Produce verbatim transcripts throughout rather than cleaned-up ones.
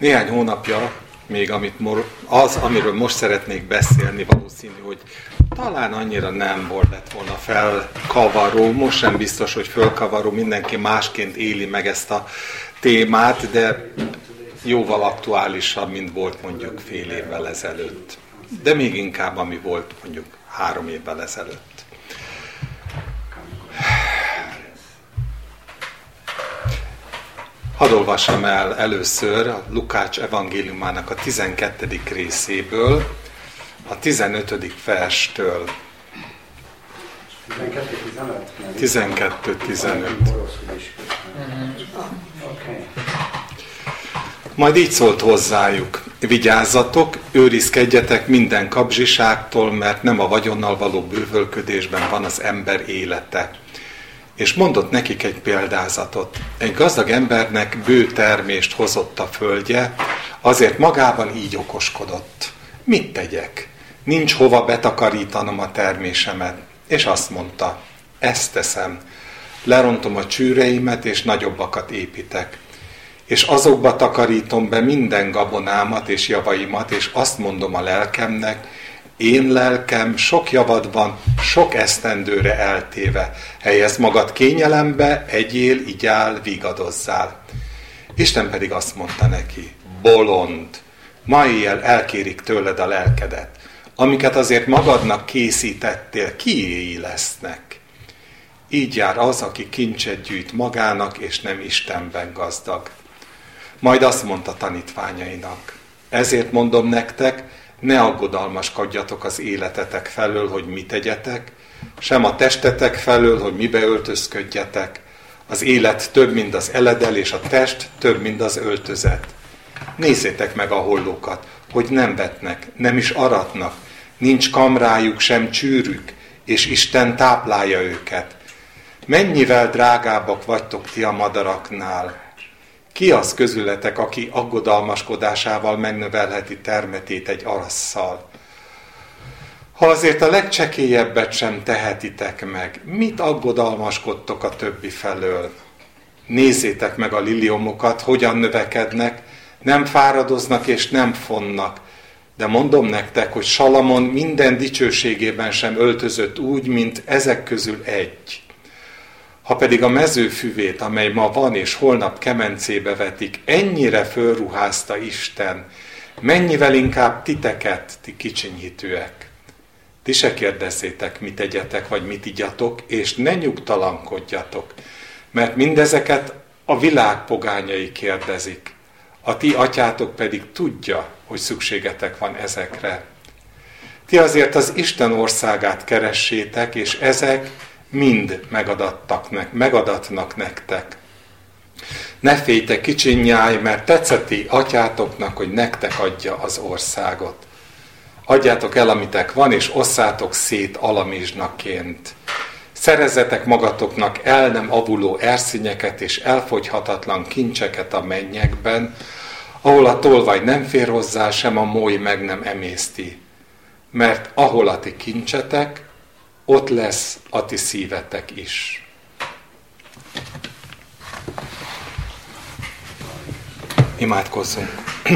Néhány hónapja, még amit az, amiről most szeretnék beszélni, valószínű, hogy talán annyira nem volt lett volna felkavaró, most sem biztos, hogy fölkavaró, mindenki másként éli meg ezt a témát, de jóval aktuálisabb, mint volt mondjuk fél évvel ezelőtt. De még inkább, ami volt mondjuk három évvel ezelőtt. Hadd olvassam el először a Lukács evangéliumának a tizenkettedik részéből, a tizenötödik verstől. tizenkettő tizenöt. Majd így szólt hozzájuk: vigyázzatok, őrizkedjetek minden kapzsiságtól, mert nem a vagyonnal való bővölködésben van az ember élete. És mondott nekik egy példázatot. Egy gazdag embernek bő termést hozott a földje, azért magában így okoskodott. Mit tegyek? Nincs hova betakarítanom a termésemet. És azt mondta: ezt teszem. Lerontom a csűreimet, és nagyobbakat építek. És azokba takarítom be minden gabonámat és javaimat, és azt mondom a lelkemnek: én lelkem, sok javad van, sok esztendőre eltéve. Helyezd magad kényelembe, egyél, igyál, vigadozzál. Isten pedig azt mondta neki: bolond, ma éjjel elkérik tőled a lelkedet. Amiket azért magadnak készítettél, kiéi lesznek. Így jár az, aki kincset gyűjt magának, és nem Istenben gazdag. Majd azt mondta tanítványainak: ezért mondom nektek, ne aggodalmaskodjatok az életetek felől, hogy mit tegyetek, sem a testetek felől, hogy mibe öltözködjetek. Az élet több, mint az eledel, és a test több, mint az öltözet. Nézzétek meg a hollókat, hogy nem vetnek, nem is aratnak, nincs kamrájuk, sem csűrük, és Isten táplálja őket. Mennyivel drágábbak vagytok ti a madaraknál? Ki az közületek, aki aggodalmaskodásával megnövelheti termetét egy arasszal? Ha azért a legcsekélyebbet sem tehetitek meg, mit aggodalmaskodtok a többi felől? Nézzétek meg a liliomokat, hogyan növekednek, nem fáradoznak és nem fonnak. De mondom nektek, hogy Salamon minden dicsőségében sem öltözött úgy, mint ezek közül egy. Ha pedig a mezőfüvét, amely ma van és holnap kemencébe vetik, ennyire fölruházta Isten, mennyivel inkább titeket, ti kicsinyhitűek. Ti se kérdezzétek, mit tegyetek, vagy mit igyatok, és ne nyugtalankodjatok, mert mindezeket a világ pogányai kérdezik. A ti atyátok pedig tudja, hogy szükségetek van ezekre. Ti azért az Isten országát keressétek, és ezek mind megadattak, megadatnak nektek. Ne féljetek, kicsinyáj, mert tetszeti atyátoknak, hogy nektek adja az országot. Adjátok el, amitek van, és osszátok szét alamizsnaként. Szerezzetek magatoknak el nem avuló erszényeket és elfogyhatatlan kincseket a mennyekben, ahol a tolvaj nem fér hozzá, sem a mój meg nem emészti. Mert ahol a ti kincsetek, ott lesz a ti szívetek is. Imádkozzunk.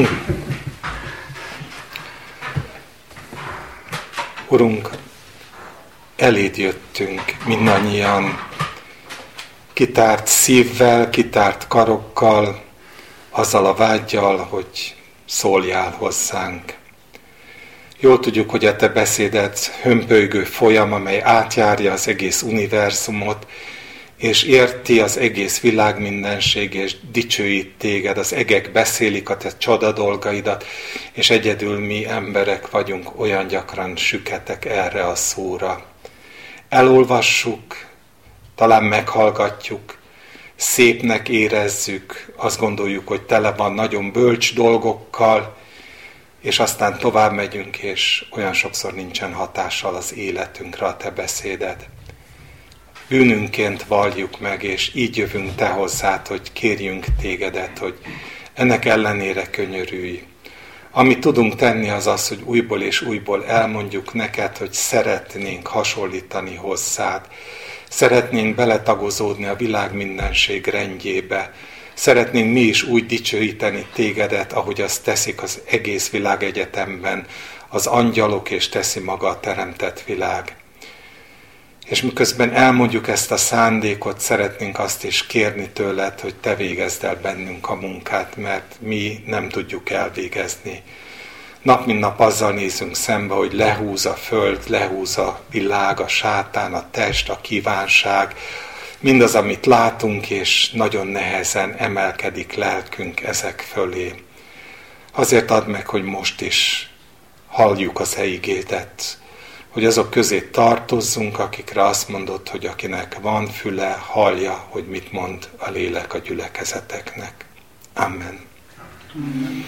Urunk, eléd jöttünk mindannyian, kitárt szívvel, kitárt karokkal, azzal a vággyal, hogy szóljál hozzánk. Jól tudjuk, hogy a te beszéded hömpölygő folyam, amely átjárja az egész univerzumot, és érti az egész világ mindenség, és dicsőít téged, az egek beszélik a te csoda dolgaidat, és egyedül mi emberek vagyunk, olyan gyakran süketek erre a szóra. Elolvassuk, talán meghallgatjuk, szépnek érezzük, azt gondoljuk, hogy tele van nagyon bölcs dolgokkal, és aztán tovább megyünk, és olyan sokszor nincsen hatással az életünkre a te beszéded. Bűnünként valljuk meg, és így jövünk te hozzád, hogy kérjünk tégedet, hogy ennek ellenére könyörülj. Amit tudunk tenni, az az, hogy újból és újból elmondjuk neked, hogy szeretnénk hasonlítani hozzád. Szeretnénk beletagozódni a világ mindenség rendjébe. Szeretnénk mi is úgy dicsőíteni tégedet, ahogy azt teszik az egész világegyetemben, az angyalok, és teszi maga a teremtett világ. És miközben elmondjuk ezt a szándékot, szeretnénk azt is kérni tőled, hogy te végezd el bennünk a munkát, mert mi nem tudjuk elvégezni. Nap mint nap azzal nézünk szembe, hogy lehúz a föld, lehúz a világ, a sátán, a test, a kívánság, mindaz, amit látunk, és nagyon nehezen emelkedik lelkünk ezek fölé. Azért add meg, hogy most is halljuk az igédet, hogy azok közé tartozzunk, akikre azt mondod, hogy akinek van füle, hallja, hogy mit mond a lélek a gyülekezeteknek. Amen. Amen.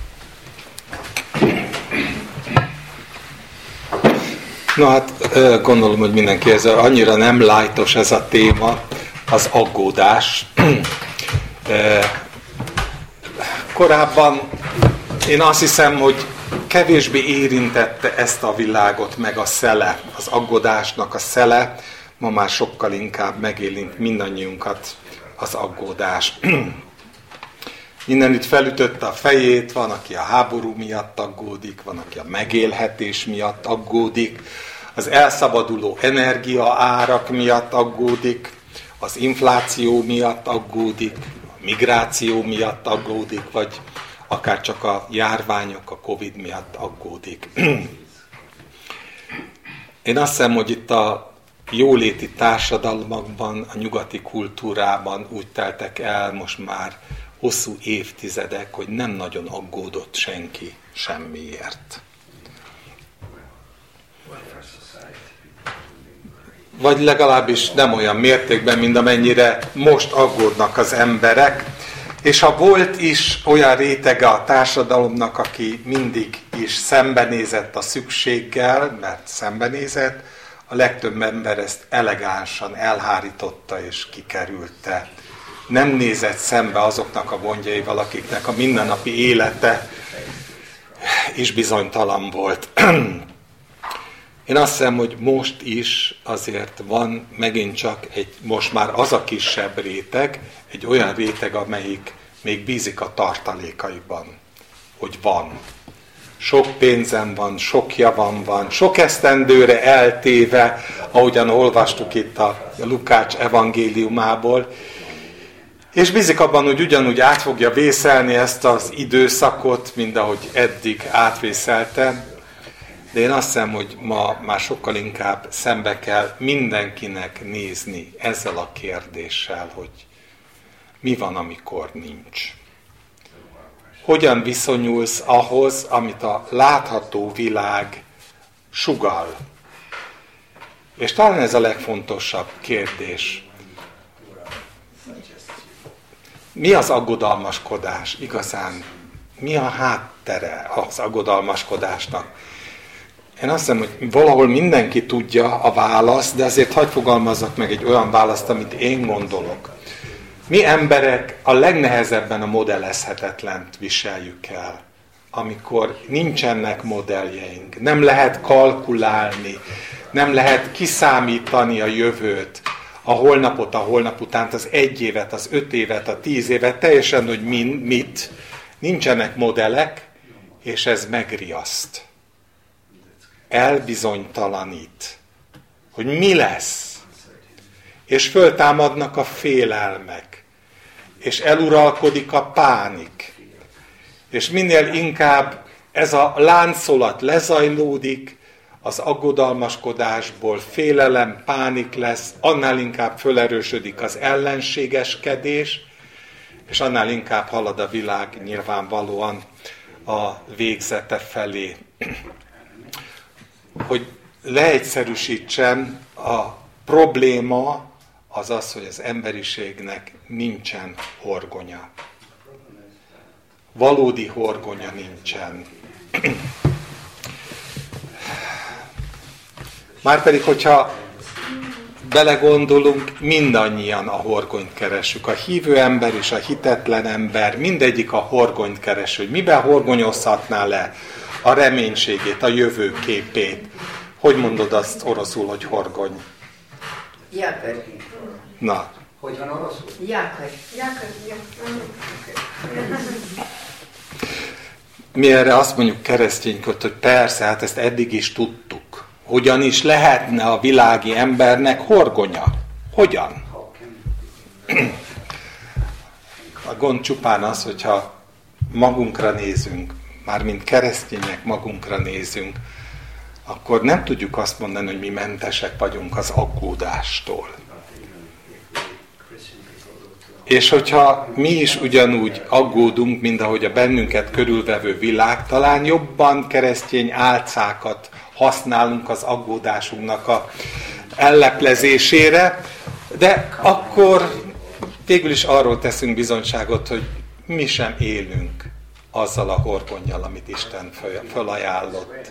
Na hát gondolom, hogy mindenki ez annyira nem lájtos ez a téma, az aggódás. Korábban én azt hiszem, hogy kevésbé érintette ezt a világot meg a szele, az aggódásnak a szele, ma már sokkal inkább megérint mindannyiunkat az aggódás. Mindenütt felütötte a fejét, van, aki a háború miatt aggódik, van, aki a megélhetés miatt aggódik, az elszabaduló energiaárak miatt aggódik, az infláció miatt aggódik, a migráció miatt aggódik, vagy akár csak a járványok, a Covid miatt aggódik. Én azt hiszem, hogy itt a jóléti társadalmakban, a nyugati kultúrában úgy teltek el most már hosszú évtizedek, hogy nem nagyon aggódott senki semmiért. Vagy legalábbis nem olyan mértékben, mint amennyire most aggódnak az emberek. És ha volt is olyan rétege a társadalomnak, aki mindig is szembenézett a szükséggel, mert szembenézett, a legtöbb ember ezt elegánsan elhárította és kikerülte. Nem nézett szembe azoknak a gondjaival, akiknek a mindennapi élete is bizonytalan volt. Én azt hiszem, hogy most is azért van megint csak egy, most már az a kisebb réteg, egy olyan réteg, amelyik még bízik a tartalékaiban, hogy van. Sok pénzem van, sok javam van, sok esztendőre eltéve, ahogyan olvastuk itt a Lukács evangéliumából, és bízik abban, hogy ugyanúgy át fogja vészelni ezt az időszakot, mint ahogy eddig átvészelte. De én azt hiszem, hogy ma már sokkal inkább szembe kell mindenkinek nézni ezzel a kérdéssel, hogy mi van, amikor nincs. Hogyan viszonyulsz ahhoz, amit a látható világ sugall? És talán ez a legfontosabb kérdés. Mi az aggodalmaskodás igazán? Mi a háttere az aggodalmaskodásnak? Én azt hiszem, hogy valahol mindenki tudja a választ, de azért hadd fogalmazzak meg egy olyan választ, amit én gondolok. Mi emberek a legnehezebben a modellezhetetlent viseljük el, amikor nincsenek modelljeink, nem lehet kalkulálni, nem lehet kiszámítani a jövőt, a holnapot, a holnap utánt, az egy évet, az öt évet, a tíz évet, teljesen, hogy min, mit, nincsenek modellek, és ez megriaszt. Elbizonytalanít, hogy mi lesz, és föltámadnak a félelmek, és eluralkodik a pánik, és minél inkább ez a láncolat lezajlódik, az aggodalmaskodásból félelem, pánik lesz, annál inkább fölerősödik az ellenségeskedés, és annál inkább halad a világ nyilvánvalóan a végzete felé. Hogy leegyszerűsítsem, a probléma az az, hogy az emberiségnek nincsen horgonya. Valódi horgonya nincsen. Márpedig, hogyha belegondolunk, mindannyian a horgonyt keressük. A hívő ember és a hitetlen ember, mindegyik a horgonyt keres, hogy miben horgonyozhatná le a reménységét, a jövő képét. Hogy mondod azt oroszul, hogy horgony? Jáper. Na, Hogy van oroszul? Jákai. Mi erre azt mondjuk keresztényként, hogy persze, hát ezt eddig is tudtuk. Hogyan is lehetne a világi embernek horgonya? Hogyan? A gond csupán az, hogyha magunkra nézünk, mármint keresztények magunkra nézünk, akkor nem tudjuk azt mondani, hogy mi mentesek vagyunk az aggódástól. És hogyha mi is ugyanúgy aggódunk, mint ahogy a bennünket körülvevő világ, talán jobban keresztény álcákat használunk az aggódásunknak a elleplezésére, de akkor végül is arról teszünk bizonyságot, hogy mi sem élünk azzal a horgonnyal, amit Isten fölajánlott.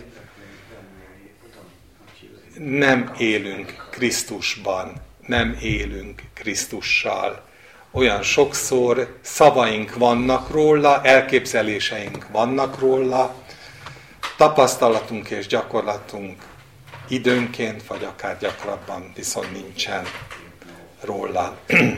Nem élünk Krisztusban, nem élünk Krisztussal. Olyan sokszor szavaink vannak róla, elképzeléseink vannak róla, tapasztalatunk és gyakorlatunk időnként, vagy akár gyakrabban viszont nincsen róla.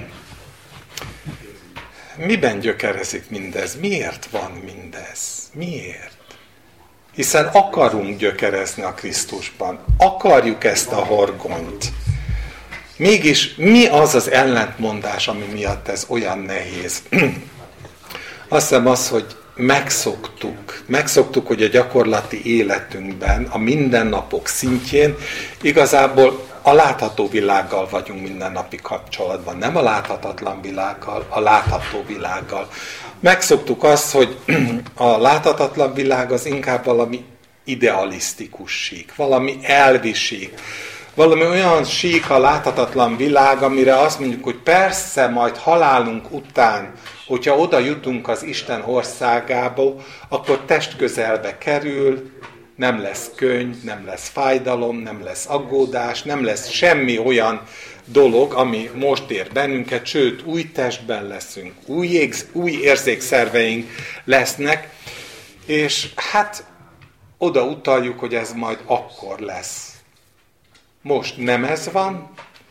Miben gyökerezik mindez? Miért van mindez? Miért? Hiszen akarunk gyökerezni a Krisztusban. Akarjuk ezt a horgonyt. Mégis mi az az ellentmondás, ami miatt ez olyan nehéz? Azt hiszem az, hogy megszoktuk. Megszoktuk, hogy a gyakorlati életünkben, a mindennapok szintjén igazából a látható világgal vagyunk mindennapi kapcsolatban. Nem a láthatatlan világgal, a látható világgal. Megszoktuk azt, hogy a láthatatlan világ az inkább valami idealisztikus sík, valami elvi sík. Valami olyan sík a láthatatlan világ, amire azt mondjuk, hogy persze majd halálunk után, hogyha oda jutunk az Isten országába, akkor testközelbe kerül, nem lesz könny, nem lesz fájdalom, nem lesz aggódás, nem lesz semmi olyan dolog, ami most ér bennünket, sőt, új testben leszünk, új, égz, új érzékszerveink lesznek, és hát oda utaljuk, hogy ez majd akkor lesz. Most nem ez van,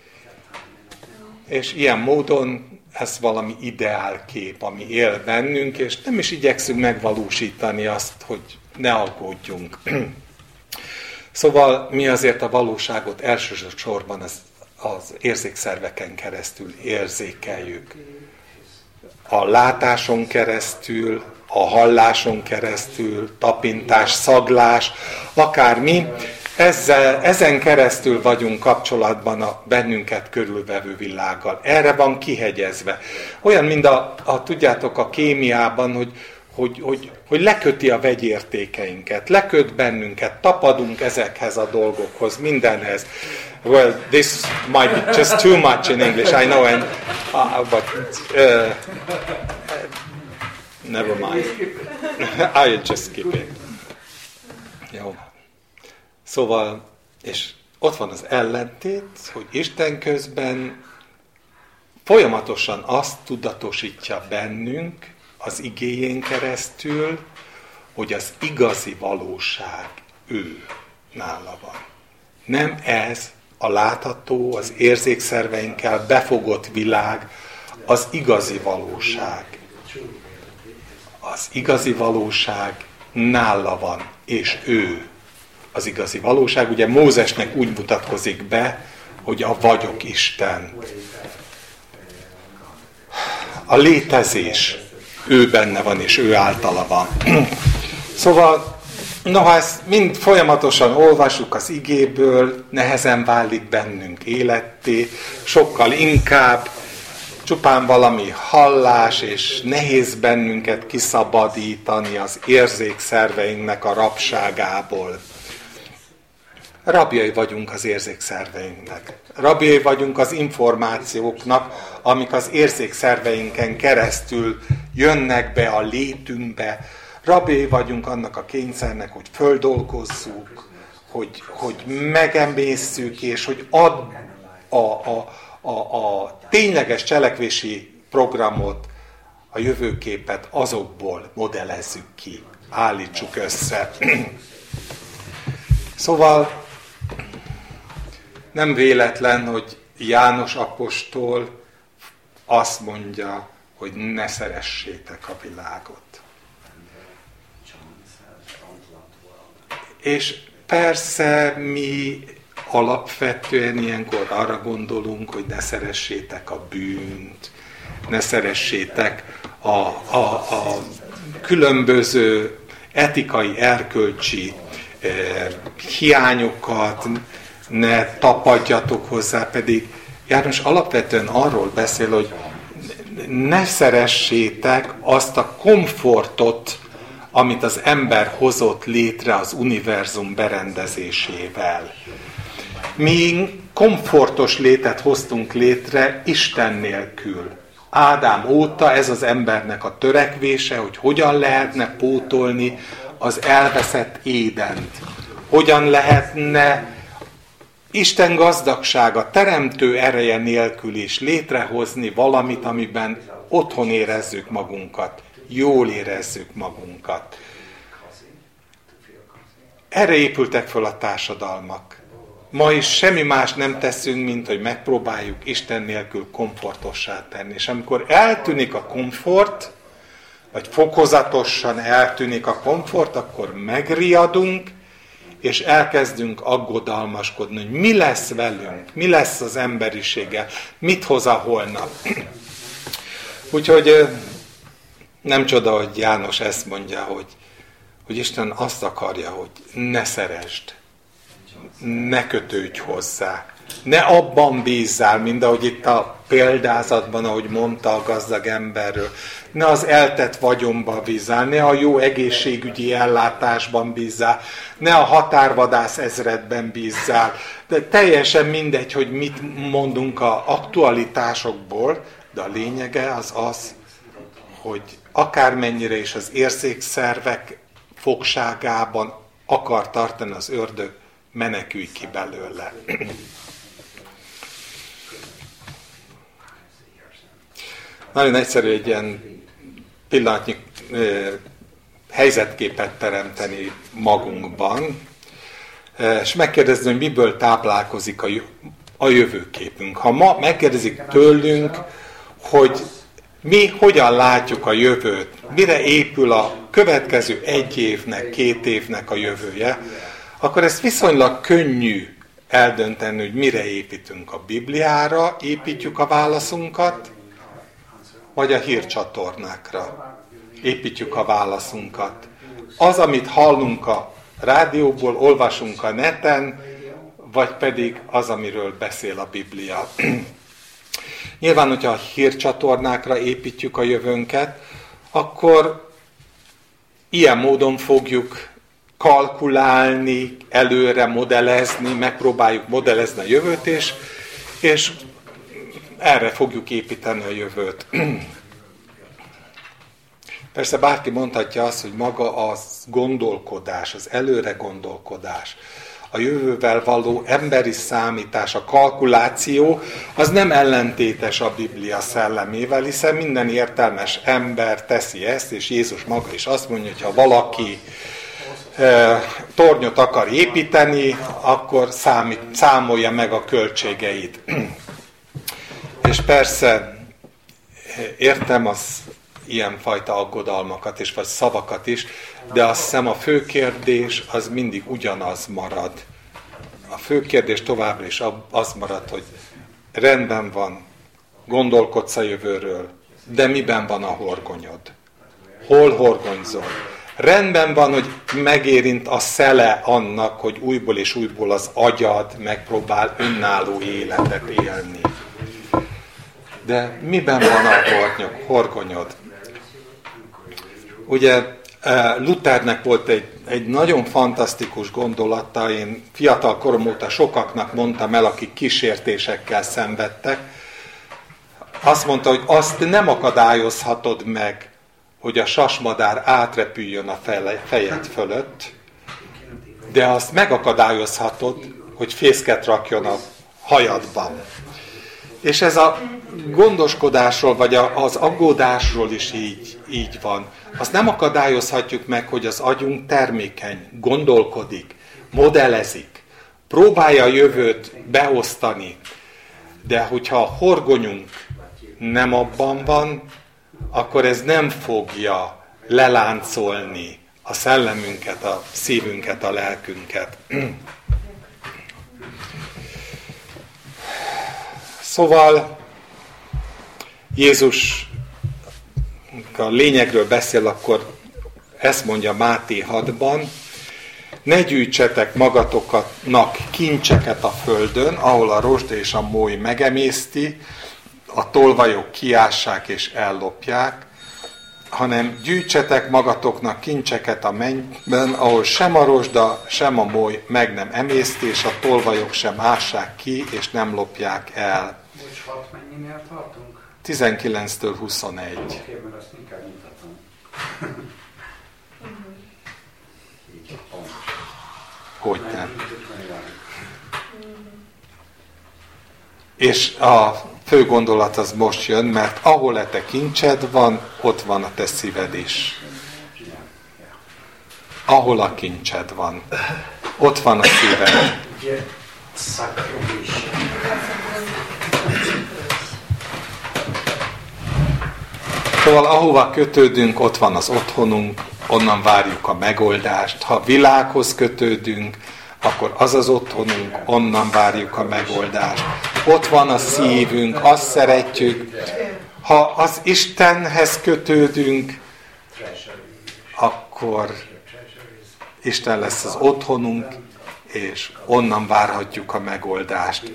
és ilyen módon ez valami ideálkép, ami él bennünk, és nem is igyekszünk megvalósítani azt, hogy ne aggódjunk. Szóval mi azért a valóságot elsősorban az, az érzékszerveken keresztül érzékeljük. A látáson keresztül, a halláson keresztül, tapintás, szaglás, akármi, ezzel, ezen keresztül vagyunk kapcsolatban a bennünket körülvevő világgal. Erre van kihegyezve. Olyan, mint a, a tudjátok, a kémiában, hogy, hogy, hogy, hogy leköti a vegyértékeinket, leköt bennünket, tapadunk ezekhez a dolgokhoz, mindenhez. Well, this might be just too much in English, I know, and, uh, but uh, never mind. I'll just skip it. Jó. Szóval, és ott van az ellentét, hogy Isten közben folyamatosan azt tudatosítja bennünk az igéjén keresztül, hogy az igazi valóság ő nála van. Nem ez a látható, az érzékszerveinkkel befogott világ, az igazi valóság. Az igazi valóság nála van, és ő az igazi valóság. Ugye Mózesnek úgy mutatkozik be, hogy a vagyok Isten. A létezés ő benne van, és ő általa van. Szóval, noha ezt mind folyamatosan olvassuk az igéből, nehezen válik bennünk életté, sokkal inkább csupán valami hallás, és nehéz bennünket kiszabadítani az érzékszerveinknek a rabságából. Rabjai vagyunk az érzékszerveinknek. Rabjai vagyunk az információknak, amik az érzékszerveinken keresztül jönnek be a létünkbe. Rabjai vagyunk annak a kényszernek, hogy földolgozzuk, hogy, hogy megemészszük, és hogy ad a, a, a, a tényleges cselekvési programot, a jövőképet azokból modellezzük ki, állítsuk össze. Szóval nem véletlen, hogy János apostol azt mondja, hogy ne szeressétek a világot. És persze mi alapvetően ilyenkor arra gondolunk, hogy ne szeressétek a bűnt, ne szeressétek a, a, a különböző etikai, erkölcsi eh, hiányokat, ne tapadjatok hozzá, pedig János alapvetően arról beszél, hogy ne szeressétek azt a komfortot, amit az ember hozott létre az univerzum berendezésével. Mi komfortos létet hoztunk létre Isten nélkül. Ádám óta ez az embernek a törekvése, hogy hogyan lehetne pótolni az elveszett Édent. Hogyan lehetne Isten gazdagsága, teremtő ereje nélkül is létrehozni valamit, amiben otthon érezzük magunkat, jól érezzük magunkat. Erre épültek föl a társadalmak. Ma is semmi más nem teszünk, mint hogy megpróbáljuk Isten nélkül komfortossá tenni. És amikor eltűnik a komfort, vagy fokozatosan eltűnik a komfort, akkor megriadunk, és elkezdünk aggodalmaskodni, hogy mi lesz velünk, mi lesz az emberiséggel, mit hoz a holnap. Úgyhogy nem csoda, hogy János ezt mondja, hogy, hogy Isten azt akarja, hogy ne szeresd, ne kötődj hozzá, ne abban bízzál, mint ahogy itt a példázatban, ahogy mondta a gazdag emberről, ne az eltett vagyonban bízzál, ne a jó egészségügyi ellátásban bízzál, ne a határvadász ezredben bízzál, de teljesen mindegy, hogy mit mondunk az aktualitásokból, de a lényege az az, hogy akármennyire is az érzékszervek fogságában akar tartani az ördög, menekülj ki belőle. Nagyon egyszerű egy ilyen pillanatnyi eh, helyzetképet teremteni magunkban, eh, és megkérdezni, hogy miből táplálkozik a, a jövőképünk. Ha ma megkérdezik tőlünk, hogy mi hogyan látjuk a jövőt, mire épül a következő egy évnek, két évnek a jövője, akkor ezt viszonylag könnyű eldönteni, hogy mire építünk. A Bibliára építjük a válaszunkat, vagy a hírcsatornákra építjük a válaszunkat. Az, amit hallunk a rádióból, olvasunk a neten, vagy pedig az, amiről beszél a Biblia. Nyilván, hogyha a hírcsatornákra építjük a jövőnket, akkor ilyen módon fogjuk kalkulálni, előre modellezni, megpróbáljuk modellezni a jövőt, és, és erre fogjuk építeni a jövőt. Persze bárki mondhatja azt, hogy maga az gondolkodás, az előre gondolkodás, a jövővel való emberi számítás, a kalkuláció, az nem ellentétes a Biblia szellemével, hiszen minden értelmes ember teszi ezt, és Jézus maga is azt mondja, hogy ha valaki e, tornyot akar építeni, akkor számít, számolja meg a költségeit. És persze értem az ilyenfajta aggodalmakat és vagy szavakat is, de azt hiszem a fő kérdés az mindig ugyanaz marad. A fő kérdés továbbra is az marad, hogy rendben van, gondolkodsz a jövőről, de miben van a horgonyod? Hol horgonyzol? Rendben van, hogy megérint a szele annak, hogy újból és újból az agyad megpróbál önálló életet élni. De miben van a horgonyod? Ugye Luthernek volt egy, egy nagyon fantasztikus gondolata, én fiatal korom óta sokaknak mondtam el, akik kísértésekkel szenvedtek. Azt mondta, hogy azt nem akadályozhatod meg, hogy a sasmadár átrepüljön a fejed fölött, de azt megakadályozhatod, hogy fészket rakjon a hajadban. És ez a gondoskodásról, vagy az aggódásról is így, így van. Azt nem akadályozhatjuk meg, hogy az agyunk termékeny, gondolkodik, modellezik, próbálja a jövőt beosztani, de hogyha a horgonyunk nem abban van, akkor ez nem fogja leláncolni a szellemünket, a szívünket, a lelkünket. Szóval Jézus a lényegről beszél, akkor ezt mondja Máté hatban, ne gyűjtsetek magatoknak kincseket a földön, ahol a rozsda és a móly megemészti, a tolvajok kiássák és ellopják, hanem gyűjtsetek magatoknak kincseket a mennyben, ahol sem a rozsda, sem a móly meg nem emészti, és a tolvajok sem ássák ki, és nem lopják el. Bocs, hat mennyinél tartunk? tizenkilenctől huszonegy. Oké, okay, mert azt inkább nyitatom. Hogy nem. És a fő gondolat az most jön, mert ahol a te kincsed van, ott van a te szíved is. Ahol a kincsed van, ott van a szíved. Szóval ahova kötődünk, ott van az otthonunk, onnan várjuk a megoldást. Ha világhoz kötődünk, akkor az az otthonunk, onnan várjuk a megoldást. Ott van a szívünk, azt szeretjük. Ha az Istenhez kötődünk, akkor Isten lesz az otthonunk, és onnan várhatjuk a megoldást.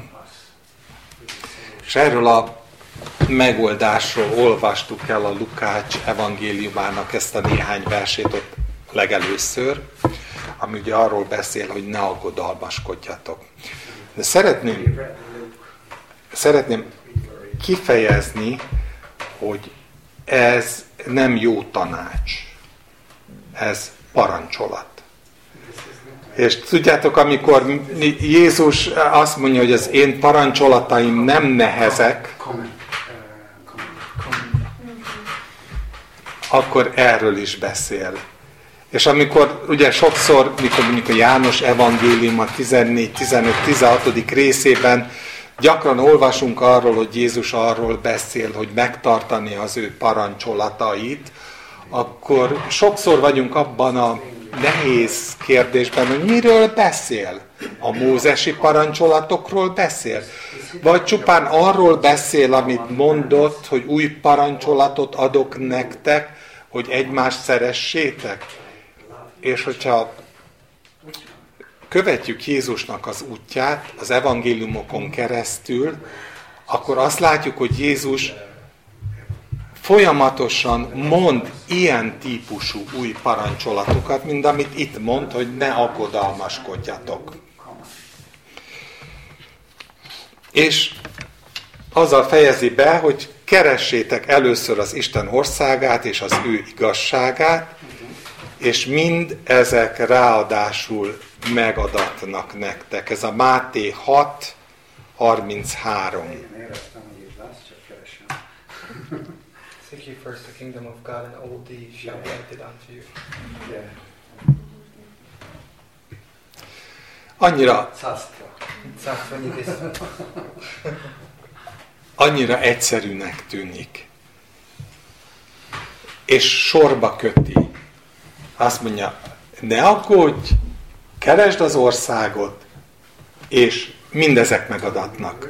És erről a megoldásról olvastuk el a Lukács evangéliumának ezt a néhány versét ott legelőször, ami ugye arról beszél, hogy ne aggodalmaskodjatok. De szeretném, szeretném kifejezni, hogy ez nem jó tanács. Ez parancsolat. És tudjátok, amikor Jézus azt mondja, hogy az én parancsolataim nem nehezek, akkor erről is beszél. És amikor ugye sokszor, mikor mondjuk a János evangélium a tizennégy, tizenöt, tizenhatodik részében gyakran olvasunk arról, hogy Jézus arról beszél, hogy megtartani az ő parancsolatait, akkor sokszor vagyunk abban a nehéz kérdésben, hogy miről beszél. A mózesi parancsolatokról beszél? Vagy csupán arról beszél, amit mondott, hogy új parancsolatot adok nektek, hogy egymást szeressétek? És hogyha követjük Jézusnak az útját az evangéliumokon keresztül, akkor azt látjuk, hogy Jézus folyamatosan mond ilyen típusú új parancsolatokat, mint amit itt mond, hogy ne aggodalmaskodjatok. És azzal fejezi be, hogy keressétek először az Isten országát és az ő igazságát, és mind ezek ráadásul megadatnak nektek. Ez a Máté hat harminchárom. Éreztem, hogy itt lesz, csak keresem. Seek ye first the kingdom of God, and all these shall be added unto you. Yeah. Annyira, Царство небесное. annyira egyszerűnek tűnik. És sorba köti. Azt mondja, ne aggódj, keresd az országot, és mindezek megadatnak.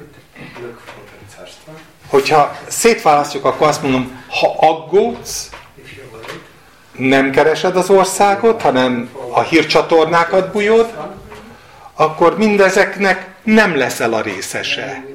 Hogyha szétválasztjuk, akkor azt mondom, ha aggódsz, nem keresed az országot, hanem a hírcsatornákat bújod, akkor mindezeknek nem leszel a részese.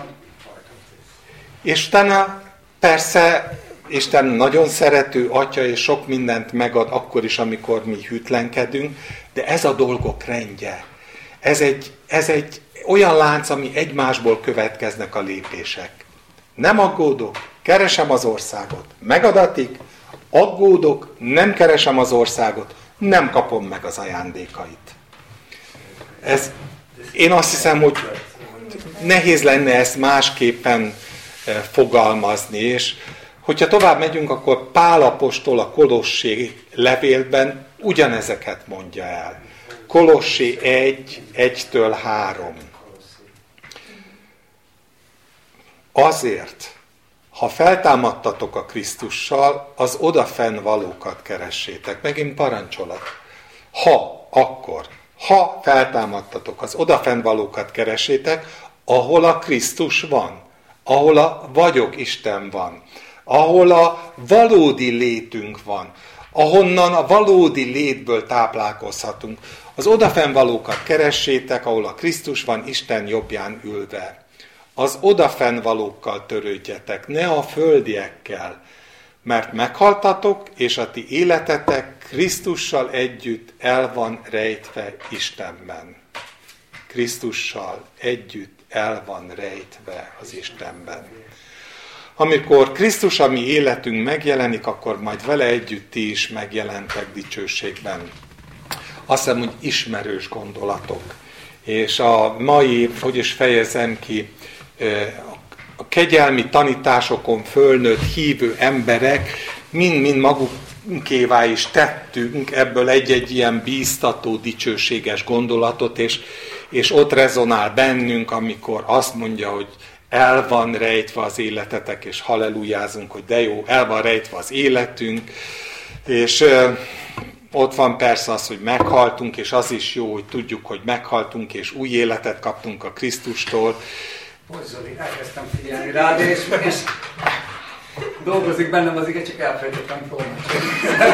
És utána persze Isten nagyon szerető atya, és sok mindent megad akkor is, amikor mi hűtlenkedünk, de ez a dolgok rendje. Ez egy, ez egy olyan lánc, ami egymásból következnek a lépések. Nem aggódok, keresem az országot, megadatik, aggódok, nem keresem az országot, nem kapom meg az ajándékait. Ez, én azt hiszem, hogy nehéz lenne ezt másképpen fogalmazni, és hogyha tovább megyünk, akkor Pál apostol a Kolossé levélben ugyanezeket mondja el. Kolossé egy, egytől három. Azért, ha feltámadtatok a Krisztussal, az odafenn valókat keressétek. Megint parancsolat. Ha, akkor, ha feltámadtatok, az odafenn valókat keressétek, ahol a Krisztus van, ahol a vagyok Isten van, ahol a valódi létünk van, ahonnan a valódi létből táplálkozhatunk. Az odafenn valókat keressétek, ahol a Krisztus van Isten jobbján ülve. Az odafenn valókkal törődjetek, ne a földiekkel, mert meghaltatok, és a ti életetek Krisztussal együtt el van rejtve Istenben. Krisztussal együtt el van rejtve az Istenben. Amikor Krisztus a mi életünk megjelenik, akkor majd vele együtt ti is megjelentek dicsőségben. Azt hiszem, hogy ismerős gondolatok. És a mai, hogy is fejezem ki, a kegyelmi tanításokon fölnőtt hívő emberek mind-mind magukévá is tettünk ebből egy-egy ilyen bíztató, dicsőséges gondolatot, és, és ott rezonál bennünk, amikor azt mondja, hogy el van rejtve az életetek, és hallelujázunk, hogy de jó, el van rejtve az életünk, és ö, ott van persze az, hogy meghaltunk, és az is jó, hogy tudjuk, hogy meghaltunk, és új életet kaptunk a Krisztustól. Most Zoli, elkezdtem figyelni rád, és, és dolgozik bennem az ige, csak elfelejtettem tolmácsolni.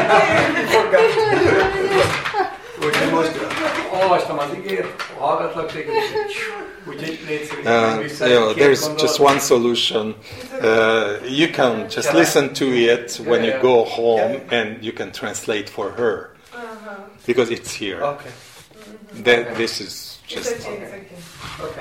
Úgyhogy most olvastam az igét, hallgatlak téged, úgyhogy légy szépen vissza. There's just one solution. Uh, you can just listen to it when you go home, and you can translate for her. Because it's here. Okay. That, this is just... Okay.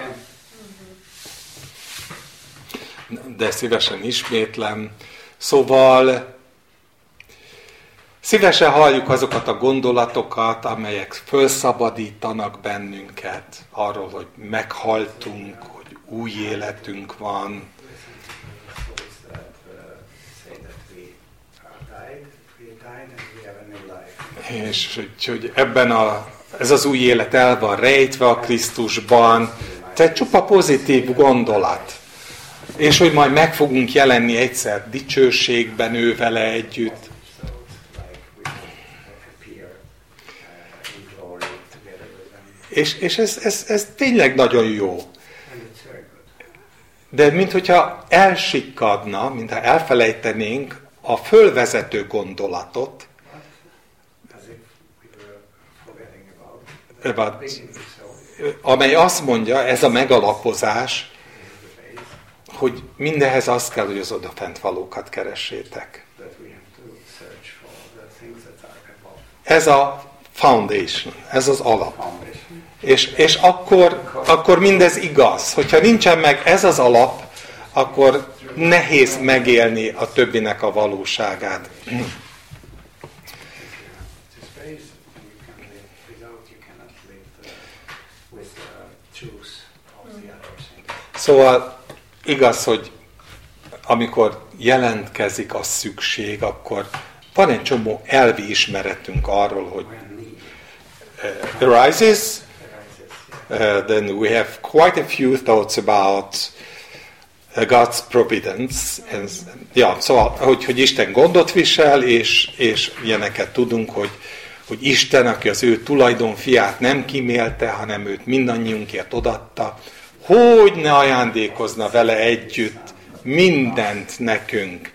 De szívesen ismétlem. Szóval szívesen halljuk azokat a gondolatokat, amelyek felszabadítanak bennünket arról, hogy meghaltunk, hogy új életünk van. És hogy, hogy ebben a, ez az új élet el van rejtve a Krisztusban. Tehát csupa pozitív gondolat. És hogy majd meg fogunk jelenni egyszer dicsőségben ő vele együtt. És, és ez, ez, ez tényleg nagyon jó. De minthogyha elsikkadna, mintha elfelejtenénk a fölvezető gondolatot, amely azt mondja, ez a megalapozás, hogy mindenhez az kell, hogy az odafent valókat keressétek. Ez a foundation, ez az alap. És, és akkor, akkor mindez igaz. Hogyha nincsen meg ez az alap, akkor nehéz megélni a többinek a valóságát. Szóval igaz, hogy amikor jelentkezik a szükség, akkor van egy csomó elvi ismeretünk arról, hogy uh, arises, uh, then we have quite a few thoughts about uh, God's providence. And, ja, szóval, hogy, hogy Isten gondot visel, és, és ilyeneket tudunk, hogy, hogy Isten, aki az ő tulajdon fiát nem kímélte, hanem őt mindannyiunkért odatta, hogy ne ajándékozna vele együtt mindent nekünk.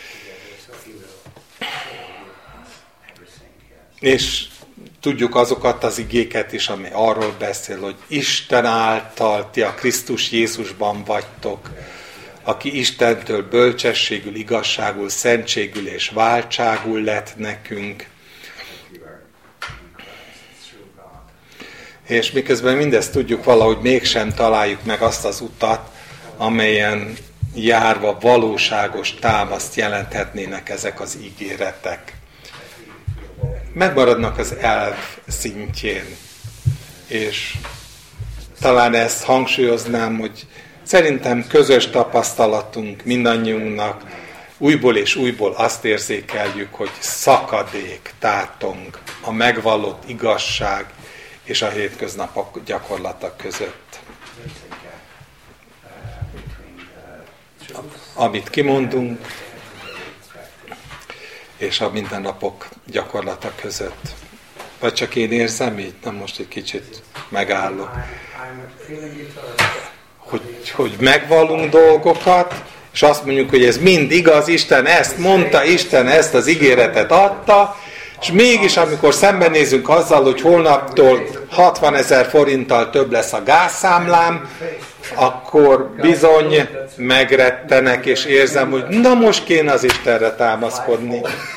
És tudjuk azokat az igéket is, ami arról beszél, hogy Isten által ti a Krisztus Jézusban vagytok, aki Istentől bölcsességül, igazságul, szentségül és váltságul lett nekünk. És miközben mindezt tudjuk, valahogy mégsem találjuk meg azt az utat, amelyen járva valóságos támaszt jelenthetnének ezek az ígéretek. Megmaradnak az elv szintjén. És talán ezt hangsúlyoznám, hogy szerintem közös tapasztalatunk mindannyiunknak, újból és újból azt érzékeljük, hogy szakadék tátong a megvallott igazság és a hétköznapok gyakorlata között. amit kimondunk, és a mindennapok gyakorlata között. Vagy csak én érzem így? Nem, most egy kicsit megállok. Hogy, hogy megvallunk dolgokat, és azt mondjuk, hogy ez mind igaz, Isten ezt mondta, Isten ezt az ígéretet adta, és mégis, amikor szembenézünk azzal, hogy holnaptól hatvanezer forinttal több lesz a gázszámlám, akkor bizony megrettenek, és érzem, hogy na most kéne az Istenre támaszkodni.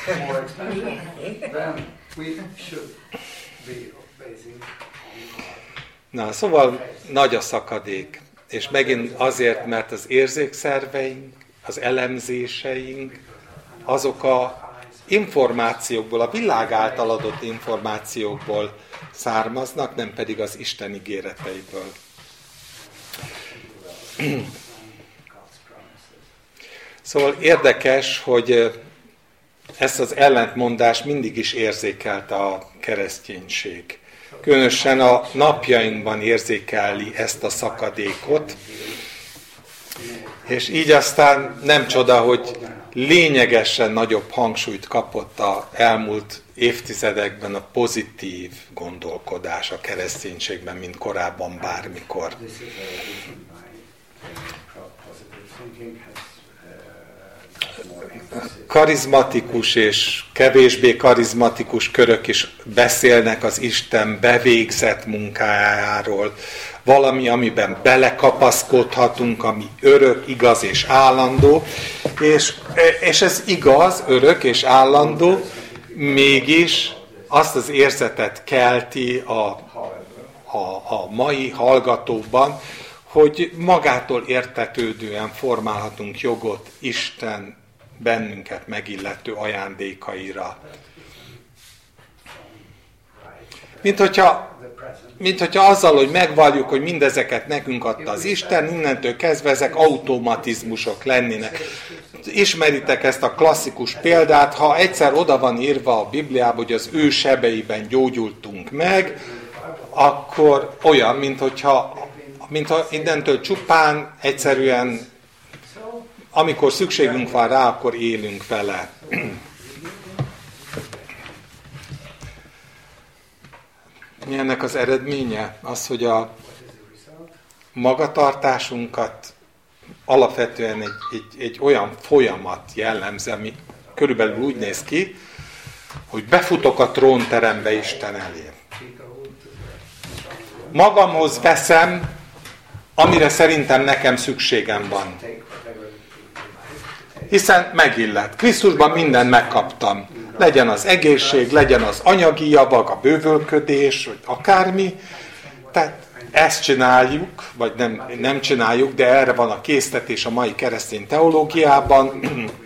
Na, szóval nagy a szakadék, és megint azért, mert az érzékszerveink, az elemzéseink, azok a információkból, a világ által adott információkból származnak, nem pedig az Isten ígéreteiből. Szóval érdekes, hogy ezt az ellentmondást mindig is érzékelte a kereszténység. Különösen a napjainkban érzékeli ezt a szakadékot, és így aztán nem csoda, hogy lényegesen nagyobb hangsúlyt kapott az elmúlt évtizedekben a pozitív gondolkodás a kereszténységben, mint korábban bármikor. Karizmatikus és kevésbé karizmatikus körök is beszélnek az Isten bevégzett munkájáról, valami, amiben belekapaszkodhatunk, ami örök, igaz és állandó, és, és ez igaz, örök és állandó, mégis azt az érzetet kelti a, a, a mai hallgatóban, hogy magától értetődően formálhatunk jogot Isten bennünket megillető ajándékaira. Mint hogyha, mint hogyha azzal, hogy megvalljuk, hogy mindezeket nekünk adta az Isten, innentől kezdve ezek automatizmusok lennének. Ismeritek ezt a klasszikus példát, ha egyszer oda van írva a Bibliában, hogy az ő sebeiben gyógyultunk meg, akkor olyan, mint hogyha, mintha innentől csupán egyszerűen amikor szükségünk van rá, akkor élünk vele. Mi ennek az eredménye? Az, hogy a magatartásunkat alapvetően egy, egy, egy olyan folyamat jellemzi, ami körülbelül úgy néz ki, hogy befutok a trónterembe Isten elé. Magamhoz veszem, amire szerintem nekem szükségem van. Hiszen megillet. Krisztusban mindent megkaptam. Legyen az egészség, legyen az anyagi javak, a bővölködés, vagy akármi. Tehát ezt csináljuk, vagy nem, nem csináljuk, de erre van a késztetés a mai keresztény teológiában.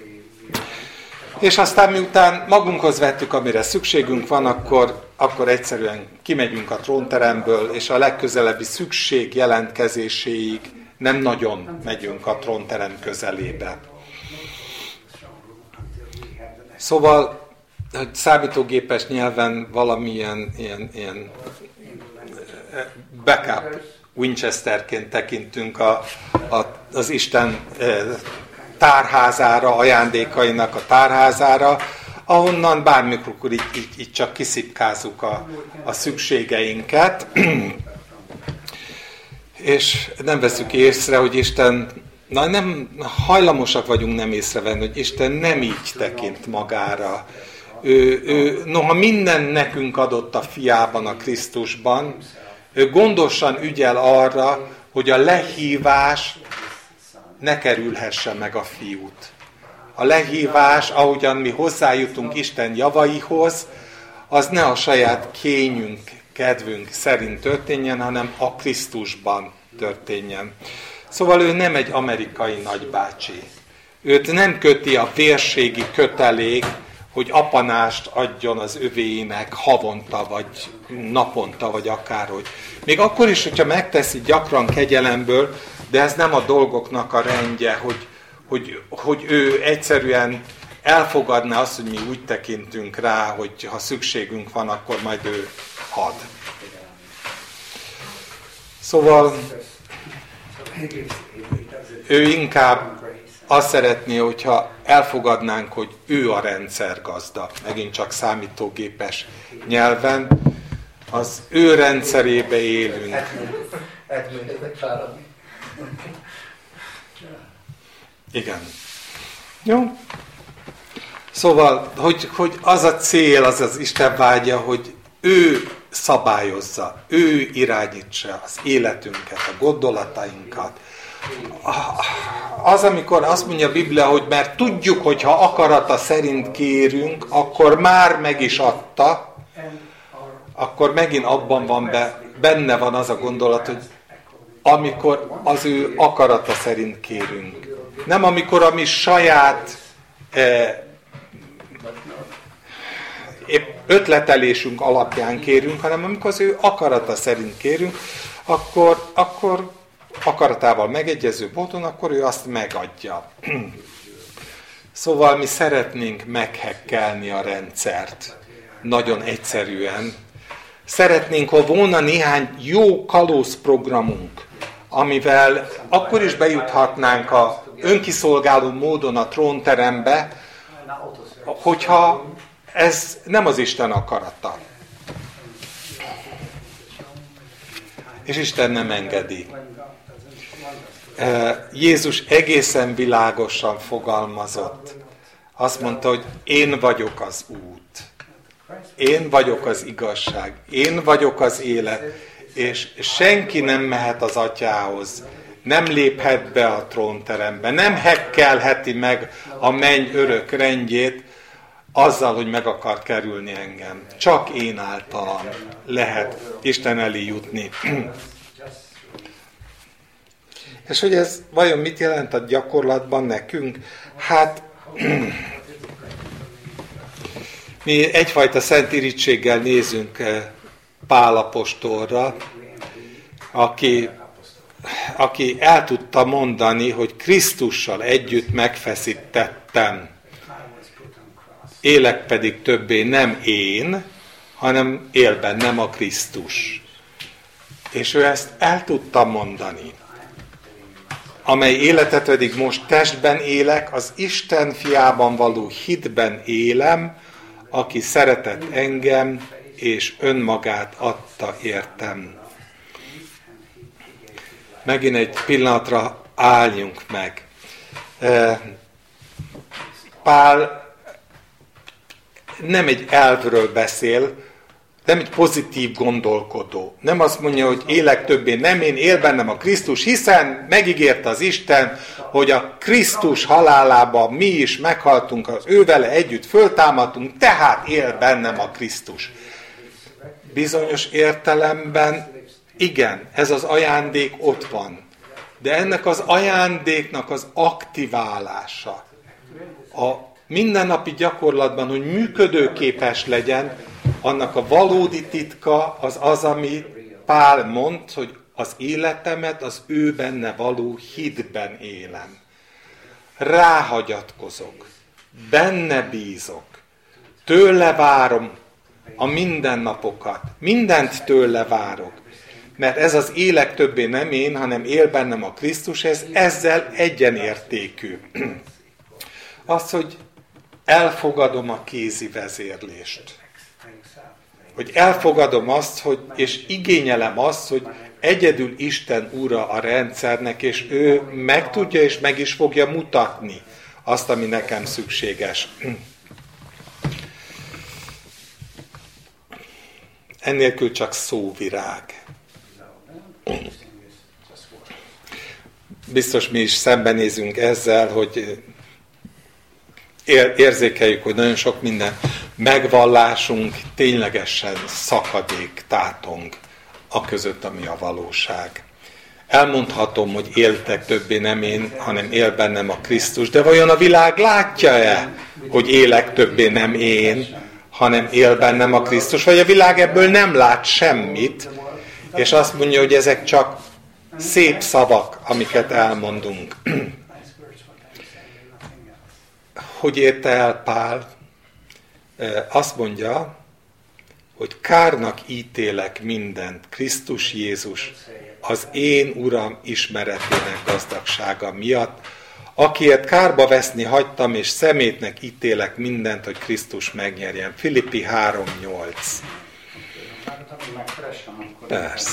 És aztán miután magunkhoz vettük, amire szükségünk van, akkor, akkor egyszerűen kimegyünk a trónteremből, és a legközelebbi szükség jelentkezéséig nem nagyon megyünk a trónterem közelébe. Szóval, hogy számítógépes nyelven valamilyen ilyen, ilyen backup Winchesterként tekintünk a, a, az Isten tárházára, ajándékainak a tárházára, ahonnan bármikor így, így, így csak kiszipkázzuk a, a szükségeinket, és nem veszük észre, hogy Isten, na nem hajlamosak vagyunk nem észrevenni, hogy Isten nem így tekint magára. Ő, ő, noha minden nekünk adott a fiában, a Krisztusban, ő gondosan ügyel arra, hogy a lehívás ne kerülhesse meg a fiút. A lehívás, ahogyan mi hozzájutunk Isten javaihoz, az ne a saját kényünk, kedvünk szerint történjen, hanem a Krisztusban történjen. Szóval ő nem egy amerikai nagybácsi. Őt nem köti a vérségi kötelék, hogy apanást adjon az övéinek havonta, vagy naponta, vagy akárhogy. Még akkor is, hogyha megteszi gyakran kegyelemből, de ez nem a dolgoknak a rendje, hogy, hogy, hogy ő egyszerűen elfogadná azt, hogy mi úgy tekintünk rá, hogy ha szükségünk van, akkor majd ő ad. Szóval ő inkább azt szeretné, hogyha elfogadnánk, hogy ő a rendszergazda, megint csak számítógépes nyelven, az ő rendszerébe élünk. Igen. Jó? Szóval, hogy, hogy az a cél, az az Isten vágya, hogy ő szabályozza, ő irányítsa az életünket, a gondolatainkat. Az, amikor azt mondja a Biblia, hogy mert tudjuk, hogy ha akarata szerint kérünk, akkor már meg is adta, akkor megint abban van be, benne van az a gondolat, hogy amikor az ő akarata szerint kérünk. Nem amikor a mi saját eh, épp ötletelésünk alapján kérünk, hanem amikor az ő akarata szerint kérünk, akkor, akkor akaratával megegyező módon, akkor ő azt megadja. Szóval mi szeretnénk meghekkelni a rendszert. Nagyon egyszerűen. Szeretnénk, ha volna néhány jó kalózprogramunk, amivel akkor is bejuthatnánk a önkiszolgáló módon a trónterembe, hogyha ez nem az Isten akarata. És Isten nem engedi. Jézus egészen világosan fogalmazott. Azt mondta, hogy én vagyok az út. Én vagyok az igazság. Én vagyok az élet. És senki nem mehet az Atyához. Nem léphet be a trónterembe. Nem hekkelheti meg a menny örök rendjét azzal, hogy meg akar kerülni engem. Csak én általam lehet Isten elé jutni. És hogy ez vajon mit jelent a gyakorlatban nekünk? Hát mi egyfajta szent irítséggel nézünk Pál apostolra, aki, aki el tudta mondani, hogy Krisztussal együtt megfeszítettem. Élek pedig többé nem én, hanem él bennem a Krisztus. És ő ezt el tudta mondani. Amely életet pedig most testben élek, az Isten fiában való hitben élem, aki szeretett engem, és önmagát adta értem. Megint egy pillanatra álljunk meg. Pál nem egy elvről beszél, nem egy pozitív gondolkodó. Nem azt mondja, hogy élek többé nem én, él bennem a Krisztus, hiszen megígérte az Isten, hogy a Krisztus halálában mi is meghaltunk, az ő vele együtt föltámadtunk, tehát él bennem a Krisztus. Bizonyos értelemben igen, ez az ajándék ott van. De ennek az ajándéknak az aktiválása, a mindennapi gyakorlatban, hogy működőképes legyen, annak a valódi titka az az, ami Pál mond, hogy az életemet az ő benne való hitben élem. Ráhagyatkozok, benne bízok, tőle várom a mindennapokat, mindent tőle várok. Mert ez az élek többé nem én, hanem él bennem a Krisztus, ez ezzel egyenértékű. Az, hogy elfogadom a kézi vezérlést. Hogy elfogadom azt, hogy, és igényelem azt, hogy egyedül Isten ura a rendszernek, és ő meg tudja és meg is fogja mutatni azt, ami nekem szükséges. Ennélkül csak szóvirág. Biztos mi is szembenézünk ezzel, hogy érzékeljük, hogy nagyon sok minden megvallásunk ténylegesen szakadék, tátong a között, ami a valóság. Elmondhatom, hogy éltek többé nem én, hanem él bennem a Krisztus, de vajon a világ látja-e, hogy élek többé nem én, hanem él bennem a Krisztus, vagy a világ ebből nem lát semmit, és azt mondja, hogy ezek csak szép szavak, amiket elmondunk. Hogy érte el Pál? Azt mondja, hogy kárnak ítélek mindent Krisztus Jézus az én Uram ismeretének gazdagsága miatt, akiért kárba veszni hagytam, és szemétnek ítélek mindent, hogy Krisztus megnyerjen. Filippi három nyolc. Persze.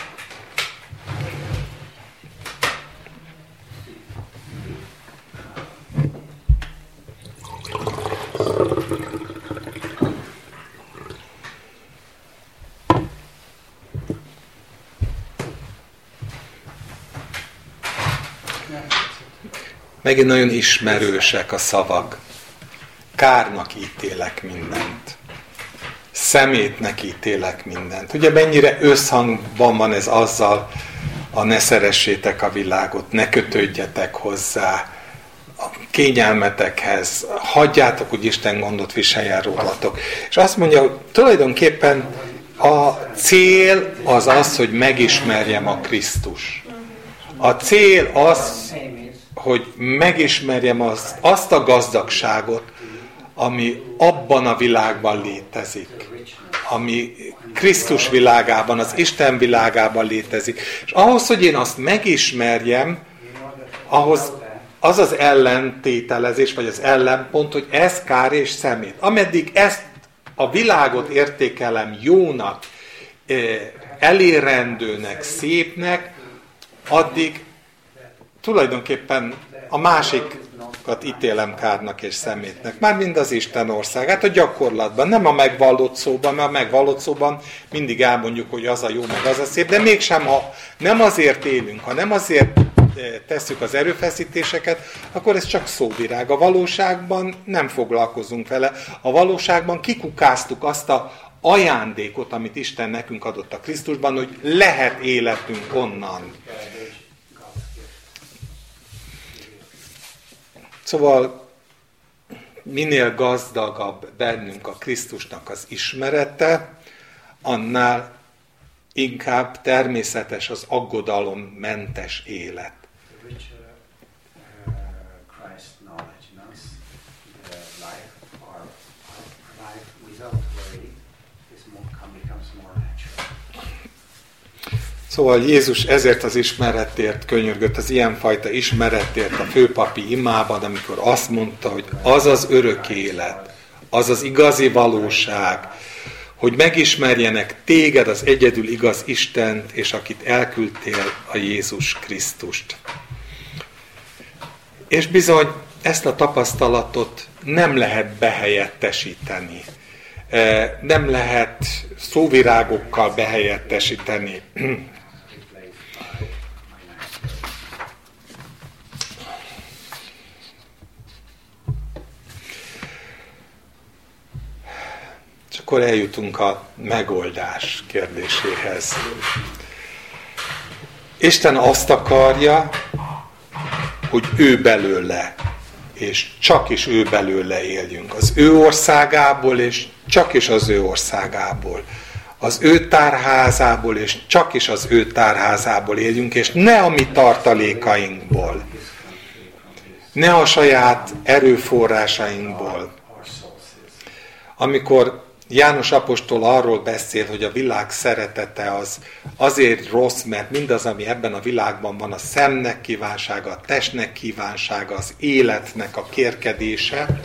Megint nagyon ismerősek a szavak. Kárnak ítélek mindent. Szemétnek ítélek mindent. Ugye mennyire összhangban van ez azzal, a ne szeressétek a világot, ne kötődjetek hozzá, a kényelmetekhez, hagyjátok, hogy Isten gondot viseljen rólatok. És azt mondja, tulajdonképpen a cél az az, hogy megismerjem a Krisztus. A cél az, hogy megismerjem azt, azt a gazdagságot, ami abban a világban létezik, ami Krisztus világában, az Isten világában létezik. És ahhoz, hogy én azt megismerjem, ahhoz az az ellentételezés, vagy az ellenpont, hogy ez kár és szemét. Ameddig ezt a világot értékelem jónak, elérendőnek, szépnek, addig tulajdonképpen a másikat ítélem kárnak és szemétnek. Mármint az Isten országát, a gyakorlatban, nem a megvallott szóban, mert a megvallott szóban mindig elmondjuk, hogy az a jó, meg az a szép, de mégsem, ha nem azért élünk, ha nem azért tesszük az erőfeszítéseket, akkor ez csak szóvirág. A valóságban nem foglalkozunk vele. A valóságban kikukáztuk azt a ajándékot, amit Isten nekünk adott a Krisztusban, hogy lehet életünk onnan. Szóval minél gazdagabb bennünk a Krisztusnak az ismerete, annál inkább természetes az aggodalommentes élet. Szóval Jézus ezért az ismeretért könyörgött, az ilyenfajta ismeretért a főpapi imában, amikor azt mondta, hogy az az örök élet, az az igazi valóság, hogy megismerjenek téged, az egyedül igaz Istent, és akit elküldtél, a Jézus Krisztust. És bizony ezt a tapasztalatot nem lehet behelyettesíteni. Nem lehet szóvirágokkal behelyettesíteni. És akkor eljutunk a megoldás kérdéséhez. Isten azt akarja, hogy ő belőle, és csak is ő belőle éljünk. Az ő országából, és csak is az ő országából. Az ő tárházából, és csak is az ő tárházából éljünk, és ne a mi tartalékainkból. Ne a saját erőforrásainkból. Amikor János apostol arról beszél, hogy a világ szeretete az azért rossz, mert mindaz, ami ebben a világban van, a szemnek kívánsága, a testnek kívánsága, az életnek a kérkedése,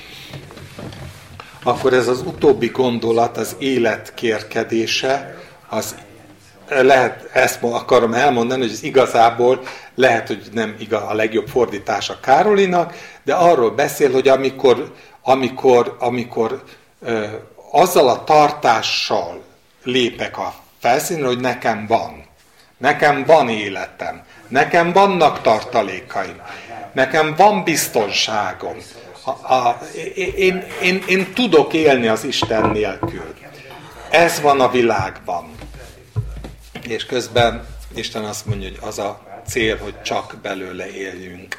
akkor ez az utóbbi gondolat, az élet kérkedése, az lehet, ezt akarom elmondani, hogy ez igazából lehet, hogy nem igaz, a legjobb fordítása Károlinak, de arról beszél, hogy amikor, amikor, amikor azzal a tartással lépek a felszínre, hogy nekem van. Nekem van életem. Nekem vannak tartalékaim. Nekem van biztonságom. A, a, én, én, én tudok élni az Isten nélkül. Ez van a világban. És közben Isten azt mondja, hogy az a cél, hogy csak belőle éljünk.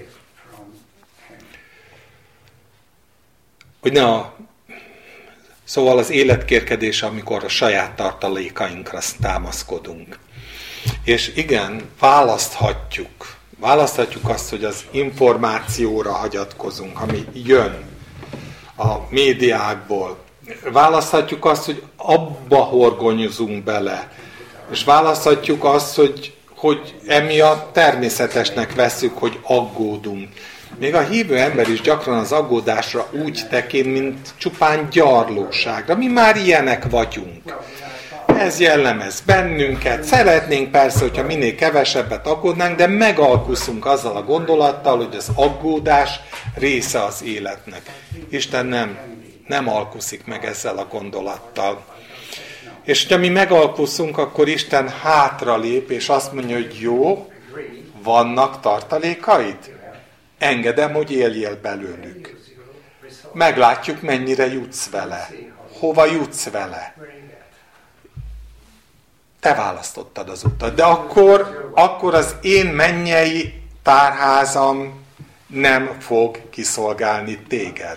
Hogy ne a Szóval az életkérkedés, amikor a saját tartalékainkra támaszkodunk. És igen, választhatjuk. Választhatjuk azt, hogy az információra hagyatkozunk, ami jön a médiákból. Választhatjuk azt, hogy abba horgonyozunk bele. És választhatjuk azt, hogy, hogy emiatt természetesnek vesszük, hogy aggódunk. Még a hívő ember is gyakran az aggódásra úgy tekint, mint csupán gyarlóságra. Mi már ilyenek vagyunk. Ez jellemez bennünket. Szeretnénk persze, hogyha minél kevesebbet aggódnánk, de megalkuszunk azzal a gondolattal, hogy az aggódás része az életnek. Isten nem, nem alkuszik meg ezzel a gondolattal. És ha mi megalkuszunk, akkor Isten hátralép, és azt mondja, hogy jó, vannak tartalékaid? Engedem, hogy éljél belőlük. Meglátjuk, mennyire jutsz vele. Hova jutsz vele? Te választottad az utat. De akkor, akkor az én mennyei tárházam nem fog kiszolgálni téged.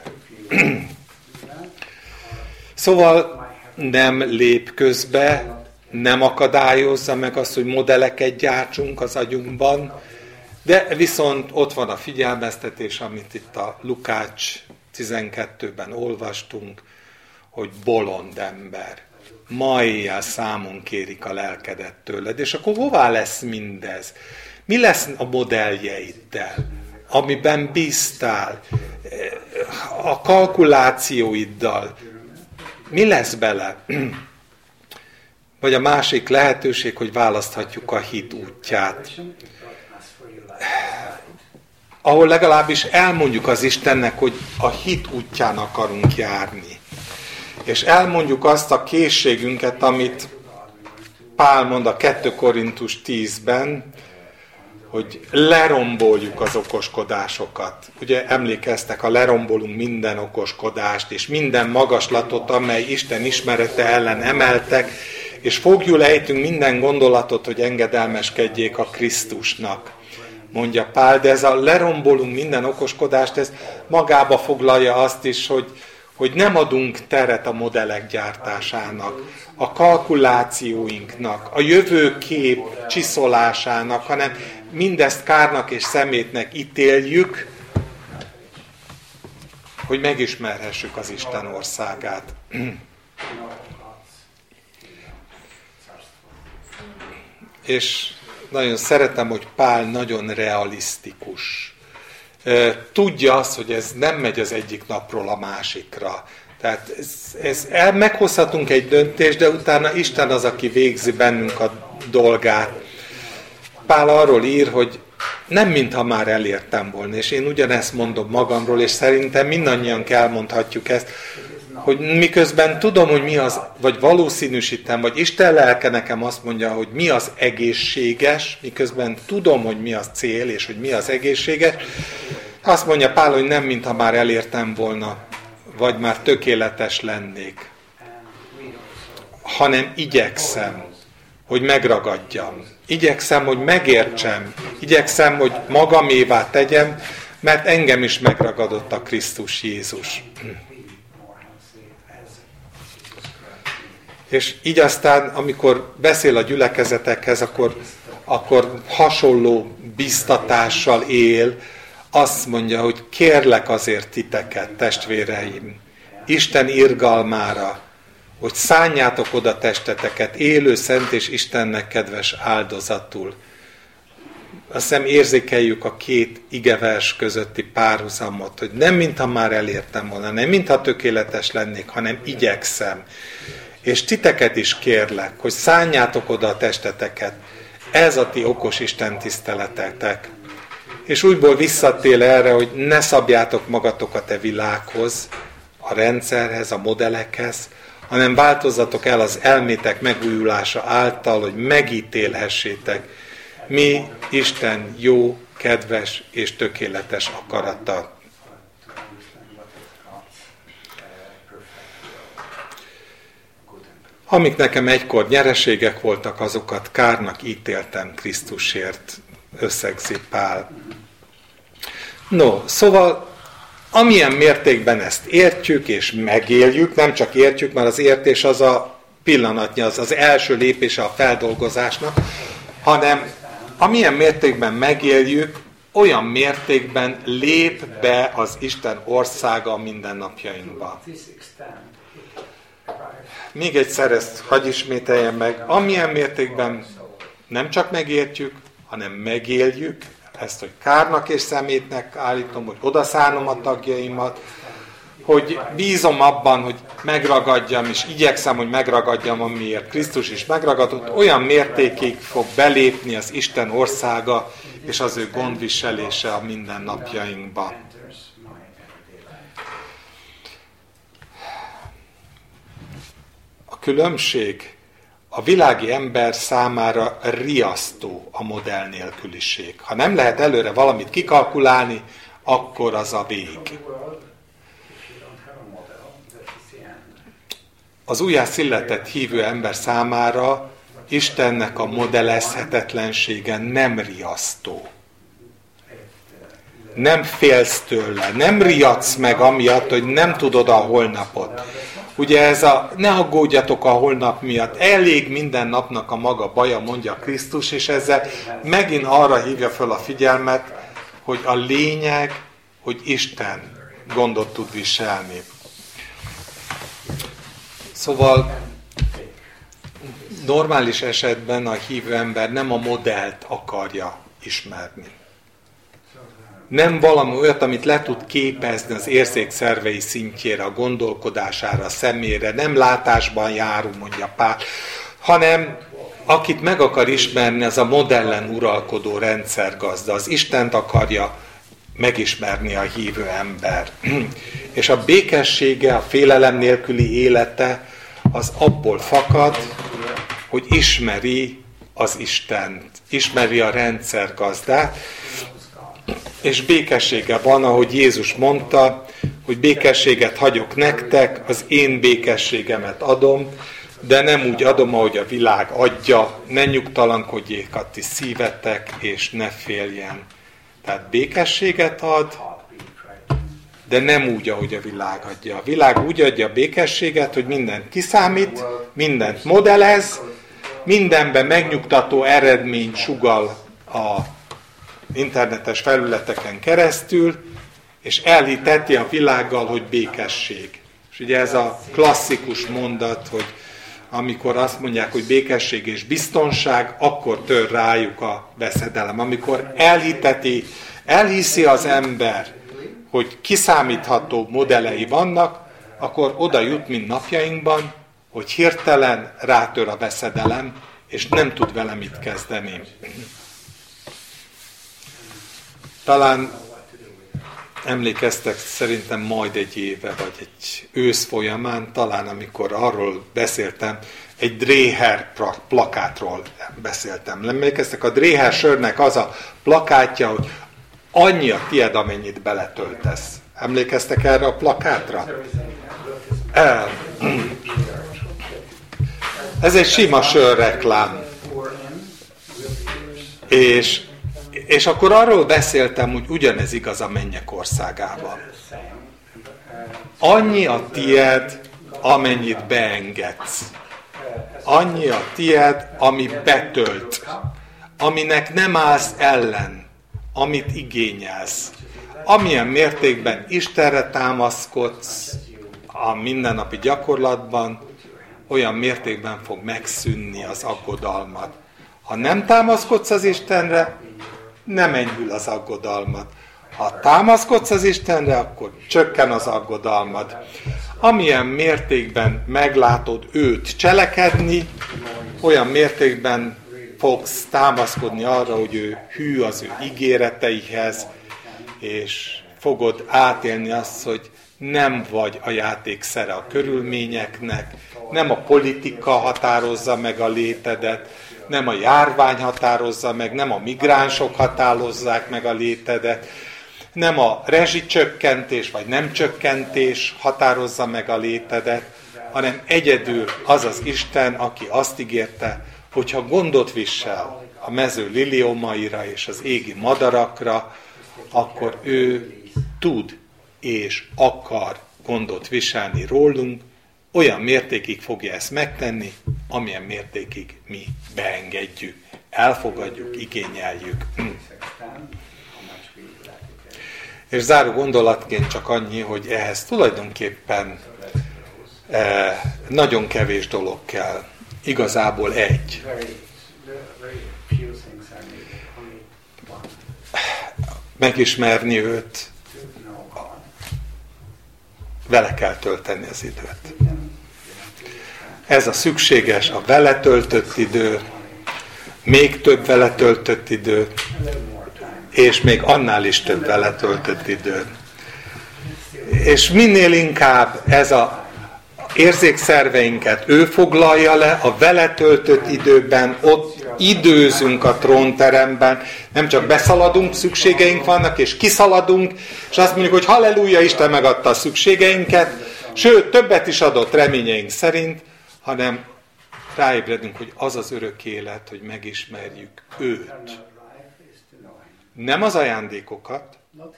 Szóval nem lép közbe, nem akadályozza meg azt, hogy modelleket gyártsunk az agyunkban, de viszont ott van a figyelmeztetés, amit itt a Lukács tizenkettőben olvastunk, hogy bolond ember. Ma éjjel számon kérik a lelkedet tőled. És akkor hová lesz mindez? Mi lesz a modelljeiddel, amiben bíztál, a kalkulációiddal? Mi lesz bele? Vagy a másik lehetőség, hogy választhatjuk a hit útját. Ahol legalábbis elmondjuk az Istennek, hogy a hit útján akarunk járni. És elmondjuk azt a készségünket, amit Pál mond a kettő Korintus tízben, hogy leromboljuk az okoskodásokat. Ugye emlékeztek, ha lerombolunk minden okoskodást, és minden magaslatot, amely Isten ismerete ellen emeltek, és fogjul ejtünk minden gondolatot, hogy engedelmeskedjék a Krisztusnak. Mondja Pál, de ez a lerombolunk minden okoskodást, ez magába foglalja azt is, hogy, hogy nem adunk teret a modellek gyártásának, a kalkulációinknak, a jövőkép csiszolásának, hanem mindezt kárnak és szemétnek ítéljük, hogy megismerhessük az Isten országát. És nagyon szeretem, hogy Pál nagyon realisztikus. Tudja azt, hogy ez nem megy az egyik napról a másikra. Tehát ez, ez el, meghozhatunk egy döntést, de utána Isten az, aki végzi bennünk a dolgát. Pál arról ír, hogy nem mintha már elértem volna, és én ugyanezt mondom magamról, és szerintem mindannyian elmondhatjuk ezt, hogy miközben tudom, hogy mi az, vagy valószínűsítem, vagy Isten lelke nekem azt mondja, hogy mi az egészséges, miközben tudom, hogy mi az cél, és hogy mi az egészséges, azt mondja Pál, hogy nem mintha már elértem volna, vagy már tökéletes lennék, hanem igyekszem, hogy megragadjam. Igyekszem, hogy megértsem. Igyekszem, hogy magamévá tegyem, mert engem is megragadott a Krisztus Jézus. És így aztán, amikor beszél a gyülekezetekhez, akkor, akkor hasonló biztatással él, azt mondja, hogy kérlek azért titeket, testvéreim, Isten irgalmára, hogy szánjátok oda testeteket élő, szent és Istennek kedves áldozatul. Azt hiszem érzékeljük a két igevers közötti párhuzamot, hogy nem mintha már elértem volna, nem mintha tökéletes lennék, hanem igyekszem. És titeket is kérlek, hogy szánjátok oda a testeteket. Ez a ti okos Isten tiszteletetek. És újból visszatér erre, hogy ne szabjátok magatokat e világhoz, a rendszerhez, a modellekhez, hanem változzatok el az elmétek megújulása által, hogy megítélhessétek, mi Isten jó, kedves és tökéletes akarata. Amik nekem egykor nyereségek voltak, azokat kárnak ítéltem Krisztusért, összegzi Pál. No, szóval amilyen mértékben ezt értjük és megéljük, nem csak értjük, mert az értés az a pillanatnyi, az az első lépése a feldolgozásnak, hanem amilyen mértékben megéljük, olyan mértékben lép be az Isten országa a mindennapjainkba. Még egyszer ezt hadd ismételjem meg, amilyen mértékben nem csak megértjük, hanem megéljük, ezt, hogy kárnak és szemétnek állítom, hogy odaszánom a tagjaimat, hogy bízom abban, hogy megragadjam, és igyekszem, hogy megragadjam, amiért Krisztus is megragadott, olyan mértékig fog belépni az Isten országa, és az ő gondviselése a mindennapjainkba. A különbség a világi ember számára riasztó a modell nélküliség. Ha nem lehet előre valamit kikalkulálni, akkor az a vég. Az újjászületett hívő ember számára Istennek a modellezhetetlensége nem riasztó. Nem félsz tőle, nem riadsz meg amiatt, hogy nem tudod a holnapot. Ugye ez a ne aggódjatok a holnap miatt, elég minden napnak a maga baja, mondja Krisztus, és ezzel megint arra hívja föl a figyelmet, hogy a lényeg, hogy Isten gondot tud viselni. Szóval normális esetben a hívő ember nem a modellt akarja ismerni. Nem valami olyat, amit le tud képezni az érzékszervei szintjére, a gondolkodására, a szemére, nem látásban járunk, mondja Pál, hanem akit meg akar ismerni, az a modellen uralkodó rendszergazda, az Istent akarja megismerni a hívő ember. És a békessége, a félelem nélküli élete az abból fakad, hogy ismeri az Istent, ismeri a rendszergazdát, és békessége van, ahogy Jézus mondta, hogy békességet hagyok nektek, az én békességemet adom, de nem úgy adom, ahogy a világ adja, ne nyugtalankodjék a ti szívetek, és ne féljen. Tehát békességet ad, de nem úgy, ahogy a világ adja. A világ úgy adja a békességet, hogy mindent kiszámít, mindent modellez, mindenben megnyugtató eredményt sugall a internetes felületeken keresztül, és elhiteti a világgal, hogy békesség. És ugye ez a klasszikus mondat, hogy amikor azt mondják, hogy békesség és biztonság, akkor tör rájuk a veszedelem. Amikor elhiteti, elhiszi az ember, hogy kiszámítható modellei vannak, akkor oda jut, mint napjainkban, hogy hirtelen rátör a veszedelem, és nem tud vele mit kezdeni. Talán emlékeztek szerintem majd egy éve, vagy egy ősz folyamán, talán amikor arról beszéltem, egy Dreher plakátról beszéltem. Emlékeztek, a Dreher sörnek az a plakátja, hogy annyi a tied, amennyit beletöltesz. Emlékeztek erre a plakátra? Ez egy sima sörreklám. És És akkor arról beszéltem, hogy ugyanez igaz a mennyek országában. Annyi a tied, amennyit beengedsz. Annyi a tied, ami betölt. Aminek nem állsz ellen. Amit igényelsz. Amilyen mértékben Istenre támaszkodsz a mindennapi gyakorlatban, olyan mértékben fog megszűnni az aggodalmat. Ha nem támaszkodsz az Istenre, nem enyhül az aggodalmad. Ha támaszkodsz az Istenre, akkor csökken az aggodalmad. Amilyen mértékben meglátod őt cselekedni, olyan mértékben fogsz támaszkodni arra, hogy ő hű az ő ígéreteihez, és fogod átélni azt, hogy nem vagy a játékszere a körülményeknek, nem a politika határozza meg a létedet, nem a járvány határozza meg, nem a migránsok határozzák meg a létedet, nem a rezsicsökkentés vagy nem csökkentés határozza meg a létedet, hanem egyedül az az Isten, aki azt ígérte, hogyha gondot visel a mező liliomaira és az égi madarakra, akkor ő tud és akar gondot viselni rólunk, olyan mértékig fogja ezt megtenni, amilyen mértékig mi beengedjük, elfogadjuk, igényeljük. És záró gondolatként csak annyi, hogy ehhez tulajdonképpen eh, nagyon kevés dolog kell. Igazából egy. megismerni őt, vele kell tölteni az időt. Ez a szükséges, a vele töltött idő, még több vele töltött idő, és még annál is több vele töltött idő. És minél inkább ez a érzékszerveinket ő foglalja le, a vele töltött időben, ott időzünk a trónteremben, nem csak beszaladunk, szükségeink vannak, és kiszaladunk, és azt mondjuk, hogy halleluja, Isten megadta a szükségeinket, sőt, többet is adott reményeink szerint, hanem ráébredünk, hogy az az örök élet, hogy megismerjük őt. Nem az ajándékokat,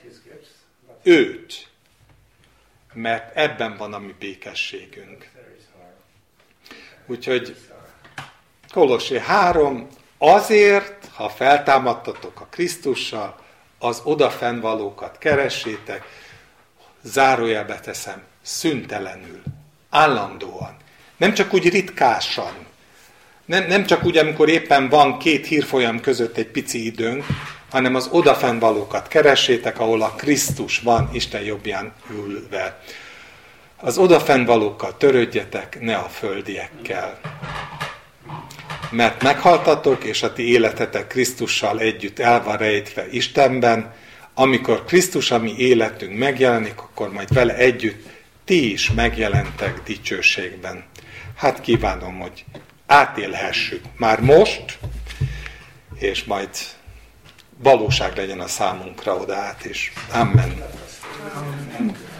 őt. Mert ebben van a mi békességünk. Úgyhogy Kolossé három, azért, ha feltámadtatok a Krisztussal, az odafennvalókat keressétek, zárójelbe teszem, szüntelenül, állandóan. Nem csak úgy ritkásan, nem, nem csak úgy, amikor éppen van két hírfolyam között egy pici időnk, hanem az odafennvalókat keressétek, ahol a Krisztus van Isten jobbján ülve. Az odafennvalókkal törődjetek, ne a földiekkel. Mert meghaltatok, és a ti életetek Krisztussal együtt el van rejtve Istenben. Amikor Krisztus, a mi életünk megjelenik, akkor majd vele együtt ti is megjelentek dicsőségben. Hát kívánom, hogy átélhessük már most, és majd valóság legyen a számunkra oda át is. Amen.